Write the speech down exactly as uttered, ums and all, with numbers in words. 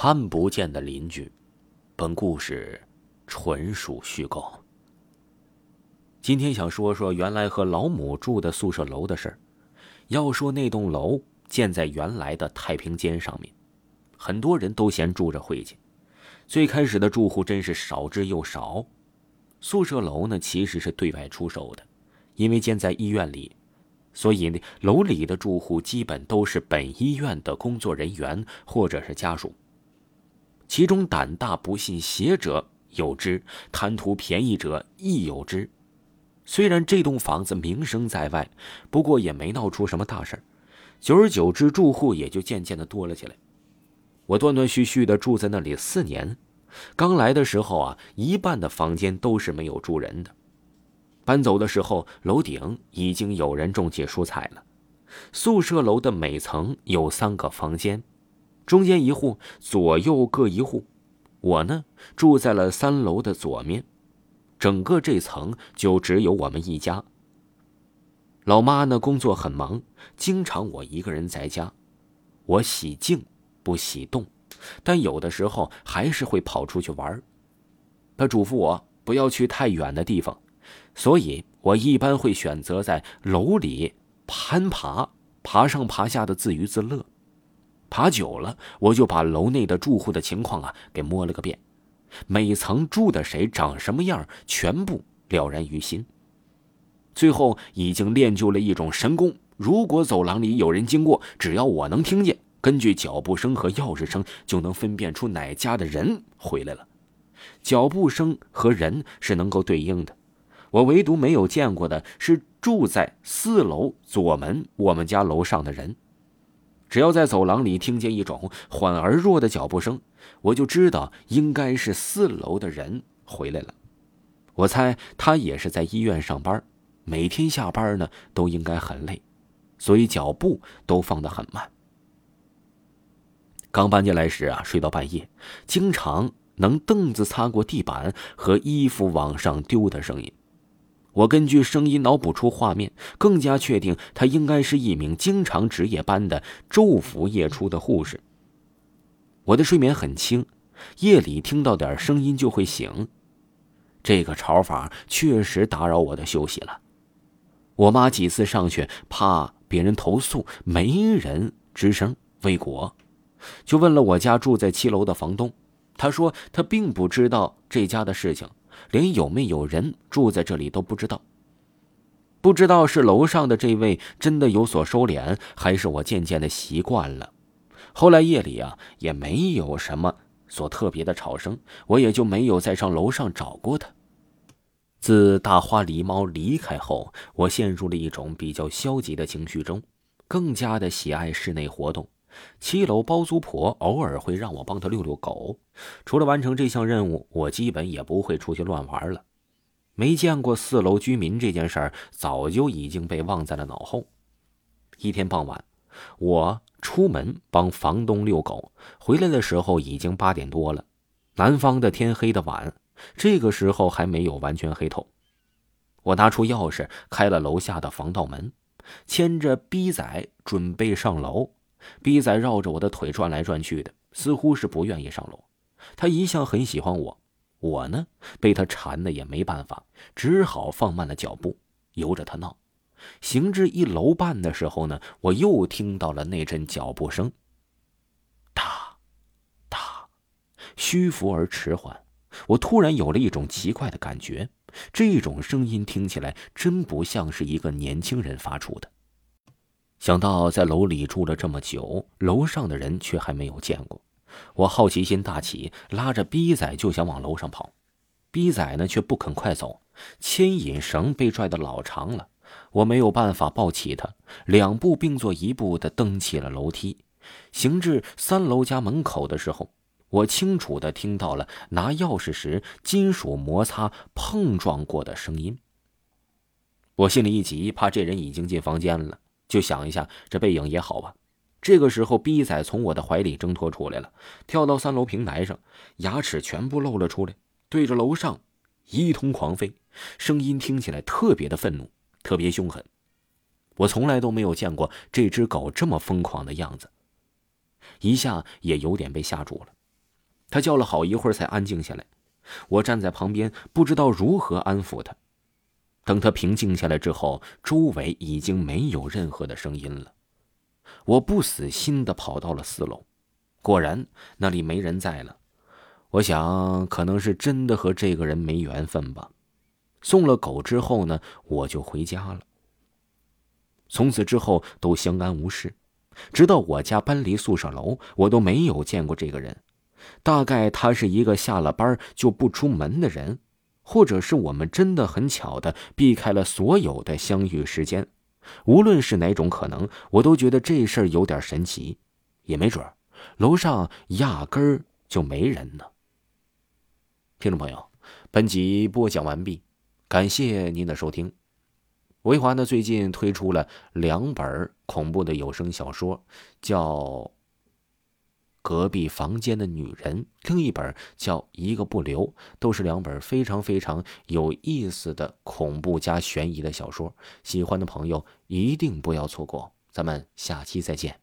看不见的邻居，本故事纯属虚构。今天想说说原来和老母住的宿舍楼的事儿。要说那栋楼建在原来的太平间上面，很多人都嫌住着晦气，最开始的住户真是少之又少。宿舍楼呢其实是对外出售的，因为建在医院里，所以楼里的住户基本都是本医院的工作人员或者是家属。其中胆大不信邪者有之，贪图便宜者亦有之。虽然这栋房子名声在外，不过也没闹出什么大事，久而久之住户也就渐渐的多了起来。我断断续续的住在那里四年，刚来的时候啊，一半的房间都是没有住人的。搬走的时候，楼顶已经有人种起蔬菜了。宿舍楼的每层有三个房间，中间一户，左右各一户。我呢，住在了三楼的左面，整个这层就只有我们一家。老妈呢，工作很忙，经常我一个人在家。我喜静不喜动，但有的时候还是会跑出去玩。她嘱咐我不要去太远的地方，所以我一般会选择在楼里攀爬，爬上爬下的自娱自乐。爬久了，我就把楼内的住户的情况啊给摸了个遍，每层住的谁长什么样全部了然于心。最后已经练就了一种神功，如果走廊里有人经过，只要我能听见，根据脚步声和钥匙声就能分辨出哪家的人回来了。脚步声和人是能够对应的，我唯独没有见过的是住在四楼左门我们家楼上的人。只要在走廊里听见一种缓而弱的脚步声，我就知道应该是四楼的人回来了。我猜他也是在医院上班，每天下班呢都应该很累，所以脚步都放得很慢。刚搬进来时啊，睡到半夜，经常能凳子擦过地板和衣服往上丢的声音。我根据声音脑补出画面，更加确定她应该是一名经常值夜班的昼伏夜出的护士。我的睡眠很轻，夜里听到点声音就会醒。这个吵法确实打扰我的休息了。我妈几次上去，怕别人投诉，没人吱声未果，就问了我家住在七楼的房东。他说他并不知道这家的事情，连有没有人住在这里都不知道。不知道是楼上的这位真的有所收敛，还是我渐渐的习惯了。后来夜里啊，也没有什么所特别的吵声，我也就没有再上楼上找过他。自大花狸猫离开后，我陷入了一种比较消极的情绪中，更加的喜爱室内活动。七楼包租婆偶尔会让我帮她遛遛狗，除了完成这项任务，我基本也不会出去乱玩了。没见过四楼居民这件事儿早就已经被忘在了脑后。一天傍晚，我出门帮房东遛狗，回来的时候已经八点多了。南方的天黑的晚，这个时候还没有完全黑透。我拿出钥匙开了楼下的防盗门，牵着逼仔准备上楼。逼仔绕着我的腿转来转去的，似乎是不愿意上楼。他一向很喜欢我，我呢被他缠的也没办法，只好放慢了脚步，由着他闹。行至一楼半的时候呢，我又听到了那阵脚步声，哒哒，虚浮而迟缓。我突然有了一种奇怪的感觉，这种声音听起来真不像是一个年轻人发出的。想到在楼里住了这么久，楼上的人却还没有见过，我好奇心大起，拉着逼仔就想往楼上跑。逼仔呢却不肯快走，牵引绳被拽得老长了，我没有办法抱起他，两步并作一步地蹬起了楼梯。行至三楼家门口的时候，我清楚地听到了拿钥匙时金属摩擦碰撞过的声音。我心里一急，怕这人已经进房间了，就想一下这背影也好吧。这个时候逼仔从我的怀里挣脱出来了，跳到三楼平台上，牙齿全部露了出来，对着楼上一通狂吠，声音听起来特别的愤怒，特别凶狠。我从来都没有见过这只狗这么疯狂的样子，一下也有点被吓住了。 他叫了好一会儿才安静下来，我站在旁边不知道如何安抚他。等他平静下来之后，周围已经没有任何的声音了。我不死心地跑到了四楼，果然那里没人在了。我想可能是真的和这个人没缘分吧。送了狗之后呢，我就回家了。从此之后都相安无事，直到我家搬离宿舍楼，我都没有见过这个人。大概他是一个下了班就不出门的人，或者是我们真的很巧的避开了所有的相遇时间。无论是哪种可能，我都觉得这事儿有点神奇，也没准楼上压根儿就没人呢。听众朋友，本集播讲完毕，感谢您的收听。维华呢最近推出了两本恐怖的有声小说，叫《隔壁房间的女人》，另一本叫《一个不留》，都是两本非常非常有意思的恐怖加悬疑的小说，喜欢的朋友一定不要错过。咱们下期再见。